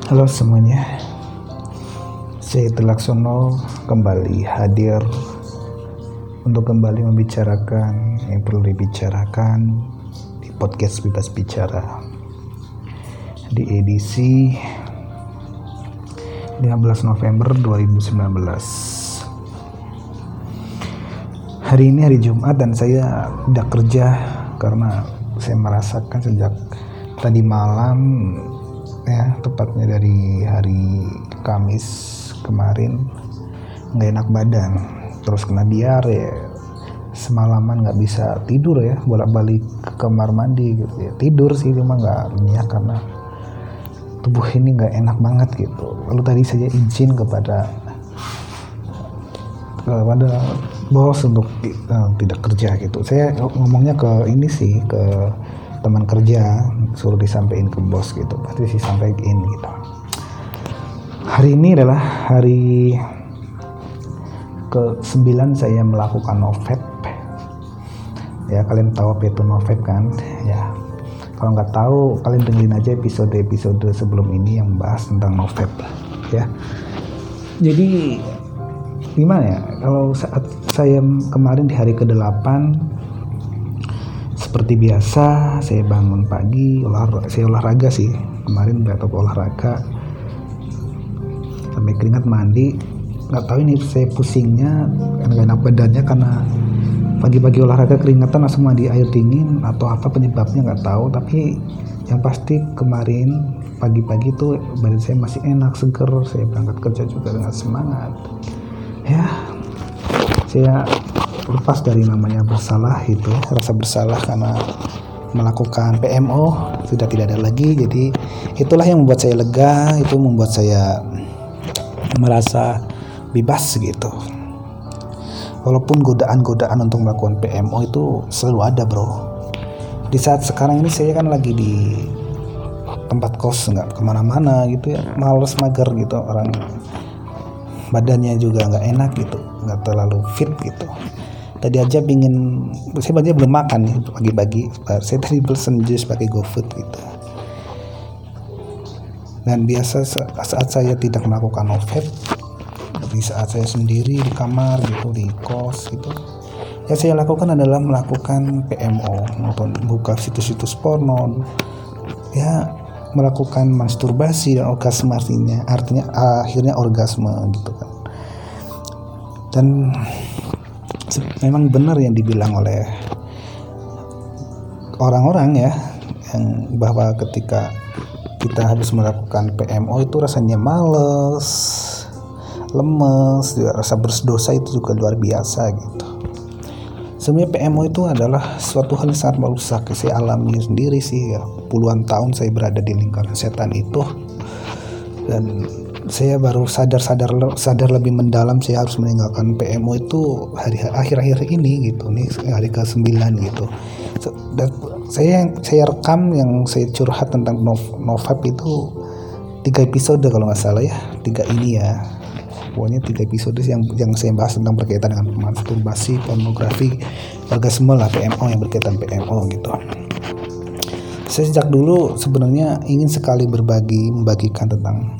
Halo semuanya, saya Telaksono kembali hadir untuk kembali membicarakan yang perlu dibicarakan di podcast Bebas Bicara di edisi 15 November 2019. Hari ini hari Jumat dan saya tidak kerja karena saya merasakan sejak tadi malam, ya tepatnya dari hari Kamis kemarin, nggak enak badan, terus kena diare, semalaman nggak bisa tidur ya, bolak-balik ke kamar mandi gitu ya. Tidur sih cuma nggak nyenyak karena tubuh ini nggak enak banget gitu. Lalu tadi saya izin kepada bos untuk tidak kerja gitu. Saya ngomongnya ke ini sih, ke teman kerja, suruh disampaikan ke bos gitu, pasti sih sampaikan gitu. Hari ini adalah hari ke-9 saya melakukan NoVap. Ya, kalian tahu apa itu NoVap kan? Ya, kalau nggak tahu kalian dengerin aja episode sebelum ini yang membahas tentang NoVap ya. Jadi gimana ya, kalau saat saya kemarin di hari ke-8, seperti biasa saya bangun pagi, saya olahraga sih kemarin, berat olahraga sampai keringat, mandi. Nggak tahu ini saya pusingnya, nggak enak badannya karena pagi-pagi olahraga keringatan langsung mandi air dingin atau apa penyebabnya nggak tahu. Tapi yang pasti kemarin pagi-pagi itu badan saya masih enak, seger. Saya berangkat kerja juga dengan semangat. Ya, saya lepas dari namanya bersalah itu, rasa bersalah karena melakukan PMO sudah tidak ada lagi. Jadi itulah yang membuat saya lega, itu membuat saya merasa bebas gitu. Walaupun godaan-godaan untuk melakukan PMO itu selalu ada bro. Di saat sekarang ini saya kan lagi di tempat kos, nggak kemana-mana gitu ya, males, mager gitu, orang badannya juga nggak enak gitu, nggak terlalu fit gitu. Tadi aja saya aja belum makan nih pagi-pagi, saya tadi pesen jus pakai GoFood gitu. Dan biasa saat saya tidak melakukan NoVap, di saat saya sendiri di kamar gitu, di kos gitu, yang saya lakukan adalah melakukan PMO, nonton, buka situs-situs porno, ya melakukan masturbasi dan orgasme, artinya akhirnya orgasme gitu kan. Dan memang benar yang dibilang oleh orang-orang ya, yang bahwa ketika kita habis melakukan PMO itu rasanya males, lemes, juga rasa berdosa itu juga luar biasa gitu. Sebenarnya PMO itu adalah suatu hal yang sangat merusak. Saya alami sendiri sih ya, puluhan tahun saya berada di lingkaran setan itu, dan saya baru sadar lebih mendalam saya harus meninggalkan PMO itu akhir-akhir ini gitu, nih hari ke-9 gitu. Dan saya rekam, yang saya curhat tentang NoVap itu 3 episode kalau nggak salah ya, 3 ini ya. Pokoknya 3 episode yang saya bahas tentang berkaitan dengan masturbasi, pornografi, orgasme lah, PMO, yang berkaitan PMO gitu. Saya sejak dulu sebenarnya ingin sekali membagikan tentang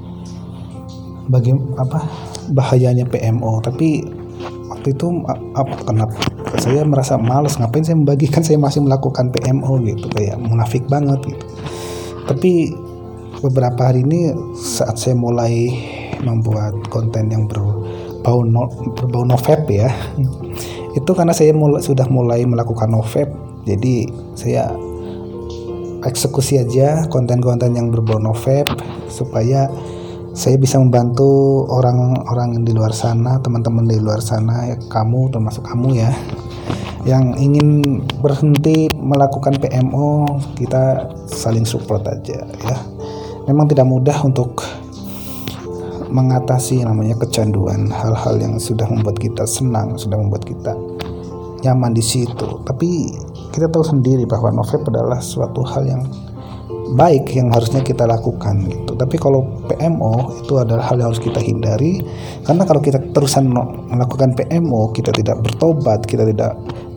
bahayanya PMO, tapi waktu itu kenapa saya merasa malas, ngapain saya membagikan, saya masih melakukan PMO gitu, kayak munafik banget gitu. Tapi beberapa hari ini saat saya mulai membuat konten yang berbau NoVap ya, itu karena saya sudah mulai melakukan NoVap, jadi saya eksekusi aja konten-konten yang berbau NoVap supaya saya bisa membantu orang-orang yang di luar sana, teman-teman di luar sana, ya, kamu termasuk kamu ya, yang ingin berhenti melakukan PMO. Kita saling support aja ya. Memang tidak mudah untuk mengatasi namanya kecanduan, hal-hal yang sudah membuat kita senang, sudah membuat kita nyaman di situ. Tapi kita tahu sendiri bahwa NoVap adalah suatu hal yang baik yang harusnya kita lakukan gitu. Tapi kalau PMO itu adalah hal yang harus kita hindari, karena kalau kita terusan melakukan PMO, kita tidak bertobat, kita tidak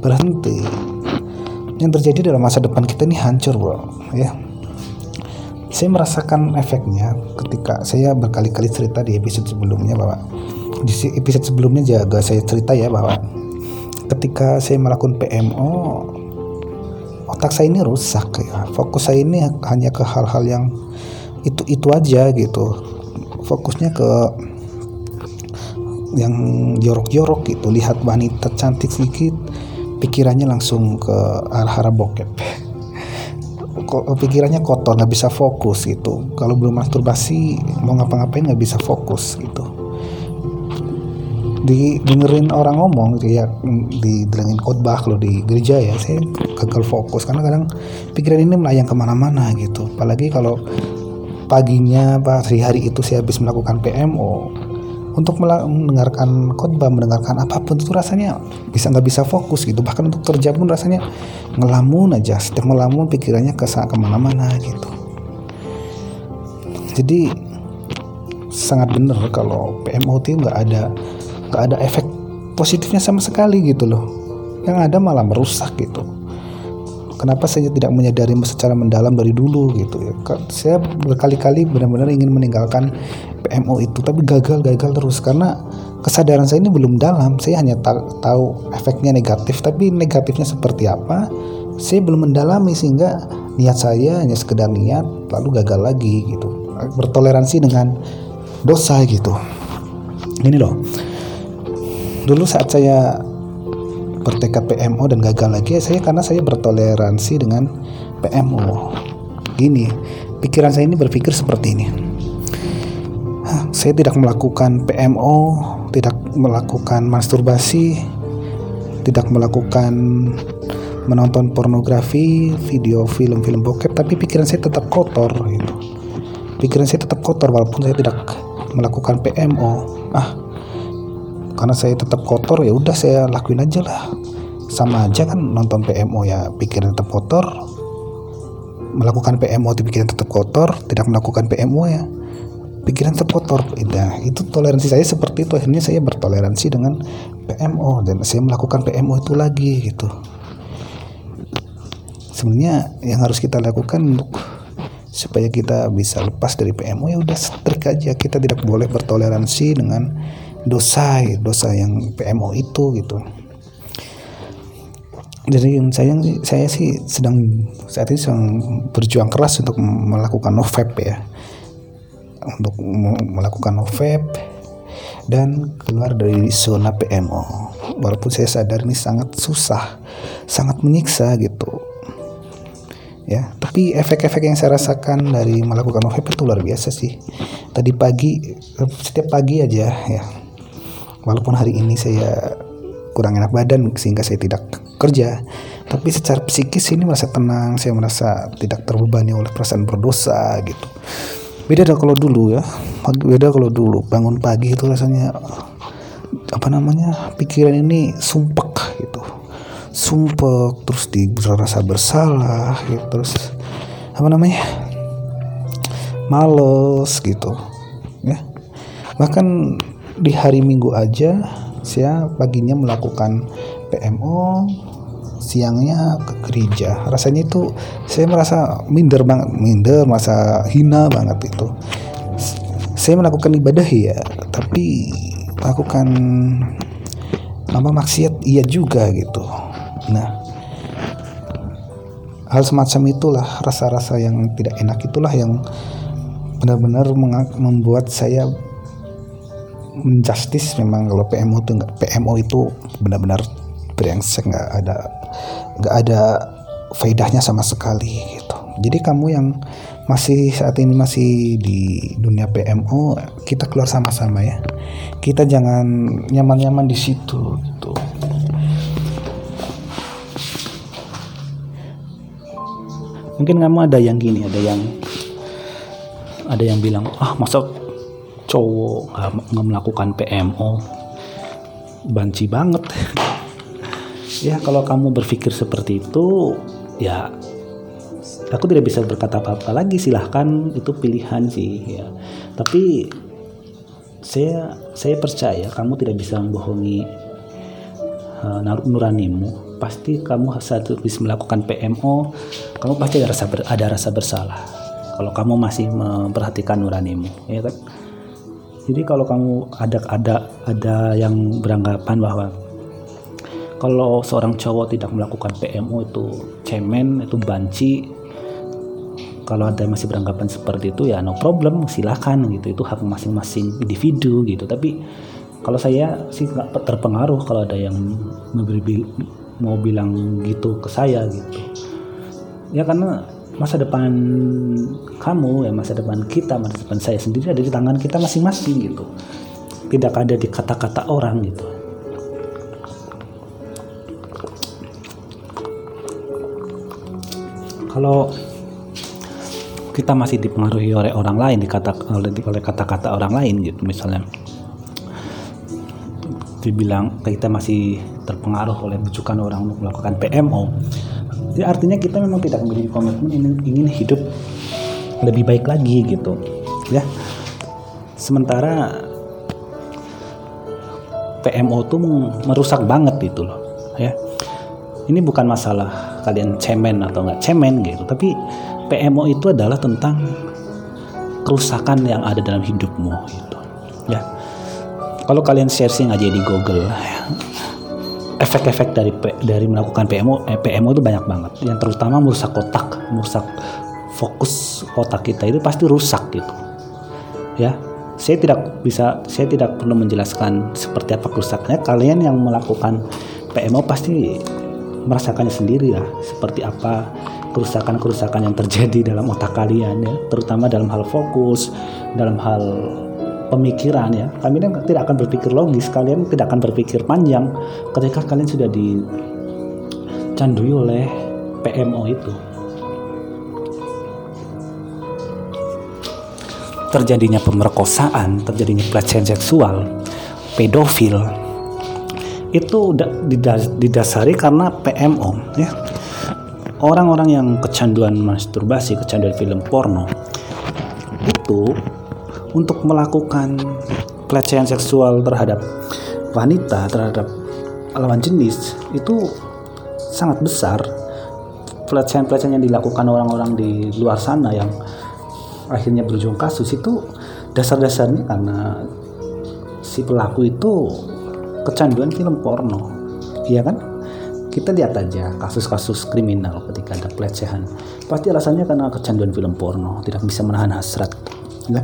berhenti, yang terjadi dalam masa depan kita ini hancur bro ya. Saya merasakan efeknya ketika saya berkali-kali cerita di episode sebelumnya, bahwa di episode sebelumnya juga saya cerita ya, bahwa ketika saya melakukan PMO, otak saya ini rusak ya. Fokus saya ini hanya ke hal-hal yang itu aja gitu. Fokusnya ke yang jorok-jorok gitu. Lihat wanita cantik sedikit, pikirannya langsung ke arah bokep. Pikirannya kotor, nggak bisa fokus gitu. Kalau belum masturbasi mau ngapa-ngapain nggak bisa fokus gitu. Dengerin orang ngomong gitu ya, didengerin khotbah kalau di gereja ya, saya gagal fokus karena kadang pikiran ini melayang kemana-mana gitu. Apalagi kalau paginya hari itu saya habis melakukan PMO, untuk mendengarkan khotbah, mendengarkan apapun itu rasanya nggak bisa fokus gitu. Bahkan untuk kerja pun rasanya ngelamun aja, setiap ngelamun pikirannya kemana-mana gitu. Jadi sangat benar kalau PMO itu nggak ada efek positifnya sama sekali gitu loh. Yang ada malah merusak gitu. Kenapa saya tidak menyadari secara mendalam dari dulu gitu ya. Saya berkali-kali benar-benar ingin meninggalkan PMO itu, tapi gagal terus karena kesadaran saya ini belum dalam. Saya hanya tahu efeknya negatif, tapi negatifnya seperti apa saya belum mendalami, sehingga niat saya hanya sekedar niat lalu gagal lagi gitu. Bertoleransi dengan dosa gitu. Ini loh, dulu saat saya bertekad PMO dan gagal lagi, karena saya bertoleransi dengan PMO. Gini, pikiran saya ini berpikir seperti ini. Saya tidak melakukan PMO, tidak melakukan masturbasi, tidak melakukan menonton pornografi, film bokep, tapi pikiran saya tetap kotor gitu. Pikiran saya tetap kotor walaupun saya tidak melakukan PMO. Karena saya tetap kotor, ya udah saya lakuin aja lah. Sama aja kan nonton PMO ya pikiran tetap kotor, melakukan PMO di pikiran tetap kotor, tidak melakukan PMO ya pikiran tetap kotor. Nah, itu toleransi saya seperti itu. Akhirnya saya bertoleransi dengan PMO dan saya melakukan PMO itu lagi gitu. Sebenarnya yang harus kita lakukan untuk supaya kita bisa lepas dari PMO, ya udah strict aja. Kita tidak boleh bertoleransi dengan dosa yang PMO itu gitu. Jadi saya sih saat ini sedang berjuang keras untuk melakukan no-vape ya, untuk melakukan no-vape dan keluar dari zona PMO. Walaupun saya sadar ini sangat susah, sangat menyiksa gitu ya, tapi efek-efek yang saya rasakan dari melakukan no-vape itu luar biasa sih. Tadi pagi, setiap pagi aja ya, walaupun hari ini saya kurang enak badan sehingga saya tidak kerja, tapi secara psikis ini merasa tenang. Saya merasa tidak terbebani oleh perasaan berdosa gitu. Beda kalau dulu ya, bangun pagi itu rasanya pikiran ini sumpek gitu, terus rasa bersalah gitu, terus males gitu ya. Bahkan di hari Minggu aja saya paginya melakukan PMO, siangnya ke gereja. Rasanya itu saya merasa minder, merasa hina banget itu. Saya melakukan ibadah ya, tapi melakukan maksiat iya juga gitu. Nah, hal semacam itulah, rasa-rasa yang tidak enak itulah yang benar-benar membuat saya menjustis memang kalau PMO itu benar-benar brengsek, nggak ada faedahnya sama sekali gitu. Jadi kamu yang saat ini masih di dunia PMO, kita keluar sama-sama ya. Kita jangan nyaman-nyaman di situ gitu. Mungkin kamu ada yang gini, ada yang bilang, masa cowok nggak melakukan PMO, banci banget. Ya kalau kamu berpikir seperti itu, ya aku tidak bisa berkata apa-apa lagi. Silahkan, itu pilihan sih ya. Tapi saya percaya kamu tidak bisa membohongi nuranimu. Pasti kamu saat habis melakukan PMO, kamu pasti ada rasa bersalah. kalau kamu masih memperhatikan nuranimu, ya kan? Jadi kalau kamu ada yang beranggapan bahwa kalau seorang cowok tidak melakukan PMO itu cemen, itu banci, kalau ada yang masih beranggapan seperti itu ya no problem, silakan gitu, itu hak masing-masing individu gitu. Tapi kalau saya sih nggak terpengaruh kalau ada yang mau bilang gitu ke saya gitu ya, karena masa depan kamu ya, masa depan kita, masa depan saya sendiri ada di tangan kita masing-masing gitu, tidak ada di kata-kata orang gitu. Kalau kita masih dipengaruhi oleh orang lain, oleh kata-kata orang lain gitu, misalnya dibilang kita masih terpengaruh oleh bujukan orang untuk melakukan PMO, ya artinya kita memang tidak memiliki komitmen ingin hidup lebih baik lagi gitu ya. Sementara PMO tuh merusak banget gitu loh ya. Ini bukan masalah kalian cemen atau nggak cemen gitu, tapi PMO itu adalah tentang kerusakan yang ada dalam hidupmu gitu ya. Kalau kalian searching aja di Google ya, efek-efek dari melakukan PMO itu banyak banget, yang terutama merusak otak, merusak fokus otak kita, itu pasti rusak gitu ya. Saya tidak perlu menjelaskan seperti apa kerusakannya, kalian yang melakukan PMO pasti merasakannya sendiri lah, seperti apa kerusakan yang terjadi dalam otak kalian ya, terutama dalam hal fokus, dalam hal pemikiran ya. Kalian tidak akan berpikir logis, kalian tidak akan berpikir panjang ketika kalian sudah dicandui oleh PMO itu. Terjadinya pemerkosaan, terjadinya pelecehan seksual, pedofil, itu didasari karena PMO ya. Orang-orang yang kecanduan masturbasi, kecanduan film porno, itu untuk melakukan pelecehan seksual terhadap wanita, terhadap lawan jenis, itu sangat besar. Pelecehan-pelecehan yang dilakukan orang-orang di luar sana yang akhirnya berujung kasus itu dasar-dasarnya karena si pelaku itu kecanduan film porno, iya kan? Kita lihat aja kasus-kasus kriminal ketika ada pelecehan, pasti alasannya karena kecanduan film porno, tidak bisa menahan hasrat ya.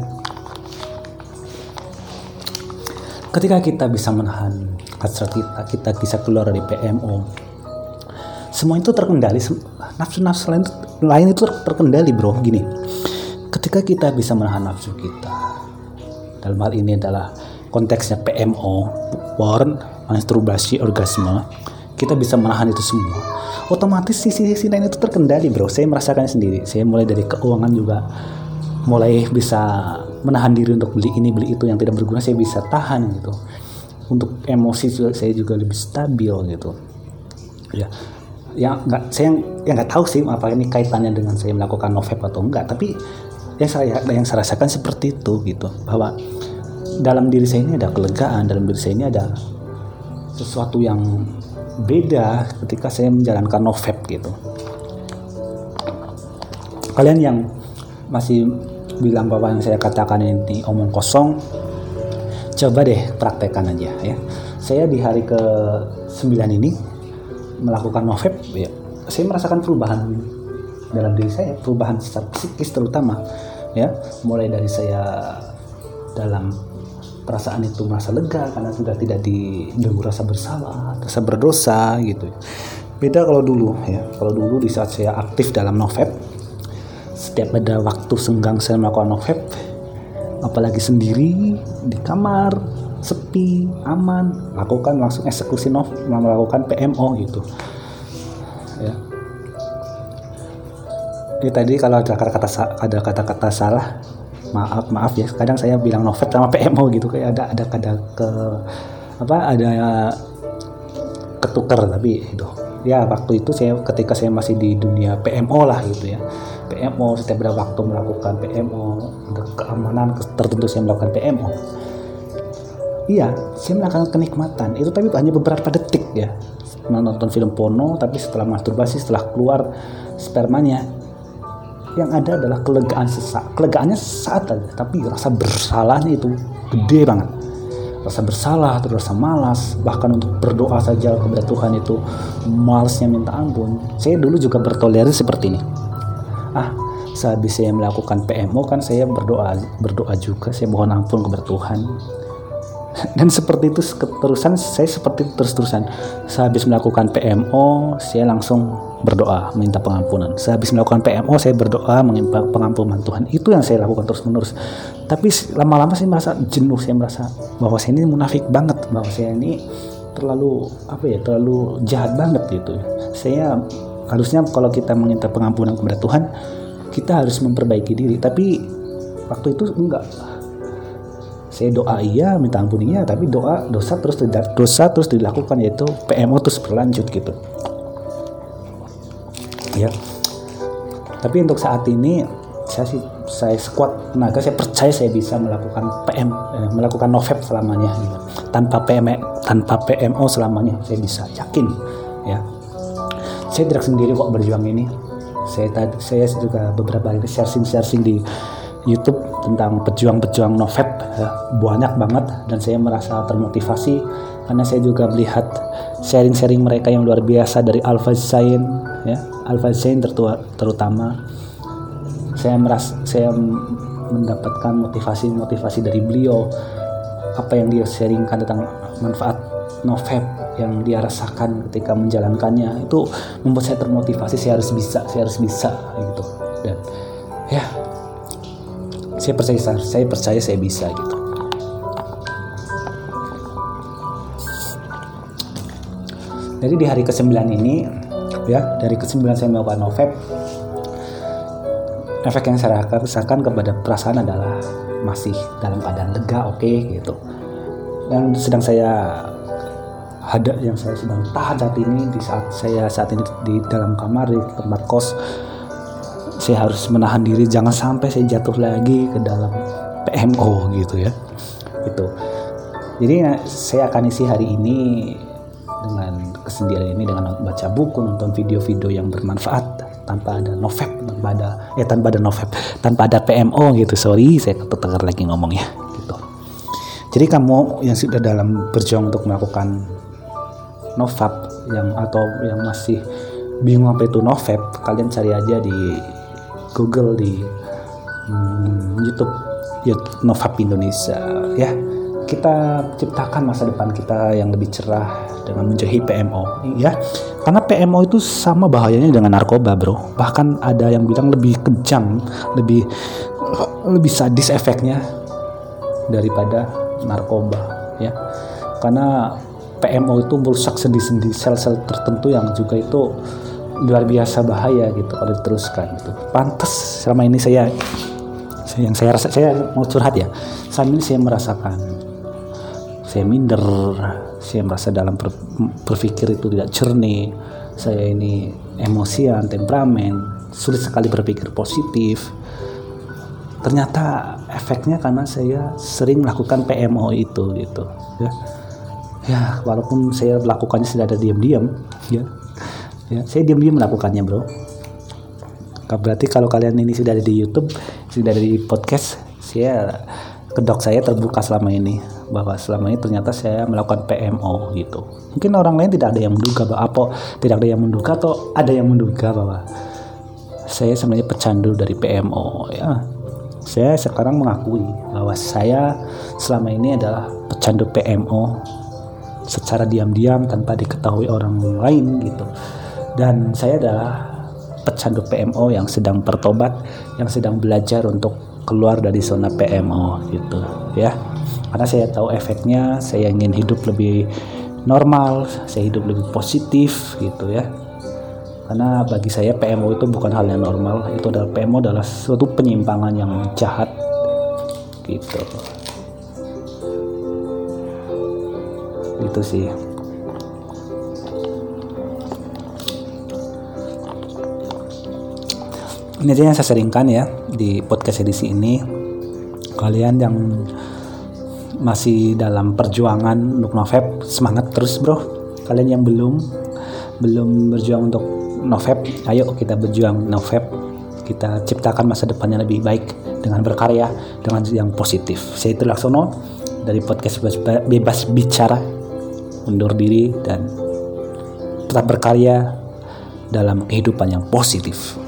Ketika kita bisa menahan hasrat kita bisa keluar dari PMO, semua itu terkendali, nafsu-nafsu lain itu terkendali bro. Gini, ketika kita bisa menahan nafsu kita, dalam hal ini adalah konteksnya PMO, porn, masturbasi, orgasme, kita bisa menahan itu semua, otomatis sisi-sisi lain itu terkendali bro. Saya merasakannya sendiri. Saya mulai dari keuangan juga mulai bisa menahan diri untuk beli ini beli itu yang tidak berguna, saya bisa tahan gitu. Untuk emosi saya juga lebih stabil gitu ya. Saya nggak tahu sih apa ini kaitannya dengan saya melakukan nofap atau enggak, tapi yang saya rasakan seperti itu gitu, bahwa dalam diri saya ini ada kelegaan, dalam diri saya ini ada sesuatu yang beda ketika saya menjalankan nofap gitu. Kalian yang masih bilang bahwa yang saya katakan ini omong kosong, coba deh praktekkan aja ya. Saya di hari ke-9 ini melakukan nofap ya, saya merasakan perubahan dalam diri saya, perubahan secara psikis terutama ya. Mulai dari saya dalam perasaan itu merasa lega karena sudah tidak dibelenggu rasa bersalah, rasa berdosa gitu. Beda kalau dulu ya. Kalau dulu di saat saya aktif dalam nofap, setiap ada waktu senggang saya melakukan nofap, apalagi sendiri di kamar, sepi, aman, lakukan langsung eksekusi melakukan PMO gitu ya. Ini tadi kalau ada kata-kata salah, maaf ya. Kadang saya bilang nofap sama PMO gitu, kayak ada ketukar, tapi itu ya waktu itu ketika saya masih di dunia PMO lah gitu ya. PMO, setiap ada waktu melakukan PMO, untuk keamanan tertentu saya melakukan PMO. Iya, saya melakukan kenikmatan itu, tapi hanya beberapa detik ya. Menonton film porno, tapi setelah masturbasi, setelah keluar spermanya, yang ada adalah kelegaan sesaat. Kelegaannya sesaat aja, tapi rasa bersalahnya itu gede banget. Rasa bersalah, terus rasa malas, bahkan untuk berdoa saja kepada Tuhan itu malasnya minta ampun. Saya dulu juga bertoleransi seperti ini. Sehabis saya melakukan PMO kan saya berdoa juga, saya mohon ampun kepada Tuhan. Dan seperti itu keterusan, saya seperti itu terus-terusan. Sehabis melakukan PMO, saya langsung berdoa minta pengampunan. Sehabis melakukan PMO, saya berdoa meminta pengampunan Tuhan. Itu yang saya lakukan terus-menerus. Tapi lama-lama saya merasa jenuh, saya merasa bahwa saya ini munafik banget, bahwa saya ini terlalu jahat banget gitu. Saya harusnya kalau kita meminta pengampunan kepada Tuhan, kita harus memperbaiki diri. Tapi waktu itu enggak. Saya doa iya, minta ampun iya, tapi dosa terus dilakukan, yaitu PMO terus berlanjut gitu. Ya. Tapi untuk saat ini saya sekuat tenaga, saya percaya saya bisa melakukan NoFap selamanya gitu. Tanpa PMO selamanya, saya bisa, yakin ya. Saya tidak sendiri kok berjuang ini. Saya juga beberapa kali sharing di YouTube tentang pejuang-pejuang NoFap ya, banyak banget, dan saya merasa termotivasi karena saya juga melihat sharing-sharing mereka yang luar biasa dari Alpha Zain ya, Alpha Zain terutama. Saya mendapatkan motivasi dari beliau, apa yang dia sharingkan tentang manfaat NoFap yang dia rasakan ketika menjalankannya, itu membuat saya termotivasi. Saya harus bisa gitu. Dan ya, saya percaya saya bisa gitu. Jadi di hari ke-9 ini ya, dari ke-9 saya melakukan NoFap, efek yang saya rasakan kepada perasaan adalah masih dalam keadaan lega, oke gitu. Dan yang saya sedang tahan saat ini, saat ini di dalam kamar, di tempat kos, saya harus menahan diri jangan sampai saya jatuh lagi ke dalam PMO gitu ya. Gitu. Jadi saya akan isi hari ini dengan kesendirian ini dengan baca buku, nonton video-video yang bermanfaat tanpa ada NoFap, tanpa ada PMO gitu. Sorry, saya ketukar lagi ngomongnya gitu. Jadi kamu yang sudah dalam berjuang untuk melakukan NoFap atau yang masih bingung apa itu NoFap, kalian cari aja di Google, di YouTube NoFap Indonesia ya. Kita ciptakan masa depan kita yang lebih cerah dengan menjauhi PMO ya. Karena PMO itu sama bahayanya dengan narkoba, bro. Bahkan ada yang bilang lebih kejam, lebih sadis efeknya daripada narkoba ya. Karena PMO itu merusak sendi-sendi sel-sel tertentu yang juga itu luar biasa bahaya gitu kalau diteruskan gitu. Pantas selama ini saya mau curhat ya. Selama ini saya merasakan saya minder, saya merasa dalam berpikir itu tidak jernih, saya ini emosian, temperamen, sulit sekali berpikir positif. Ternyata efeknya karena saya sering melakukan PMO itu gitu ya. Ya, walaupun saya melakukannya tidak ada diam-diam ya. Ya, saya diam-diam melakukannya, bro. Berarti kalau kalian ini sudah ada di YouTube, sudah ada di podcast, kedok saya terbuka selama ini, bahwa selama ini ternyata saya melakukan PMO gitu. Mungkin orang lain tidak ada yang menduga atau ada yang menduga bahwa saya sebenarnya pecandu dari PMO ya. Saya sekarang mengakui bahwa saya selama ini adalah pecandu PMO secara diam-diam tanpa diketahui orang lain gitu. Dan saya adalah pecandu PMO yang sedang bertobat, yang sedang belajar untuk keluar dari zona PMO gitu ya. Karena saya tahu efeknya, saya ingin hidup lebih normal, saya hidup lebih positif gitu ya. Karena bagi saya PMO itu bukan hal yang normal, PMO adalah suatu penyimpangan yang jahat gitu. Itu sih. Ini aja yang saya seringkan ya di podcast edisi ini. Kalian yang masih dalam perjuangan untuk NoFap, semangat terus, bro. Kalian yang belum berjuang untuk NoFap, ayo kita berjuang NoFap. kita ciptakan masa depan yang lebih baik dengan berkarya, dengan yang positif. Saya Itu Laksono dari podcast Bebas Bicara undur diri dan tetap berkarya dalam kehidupan yang positif.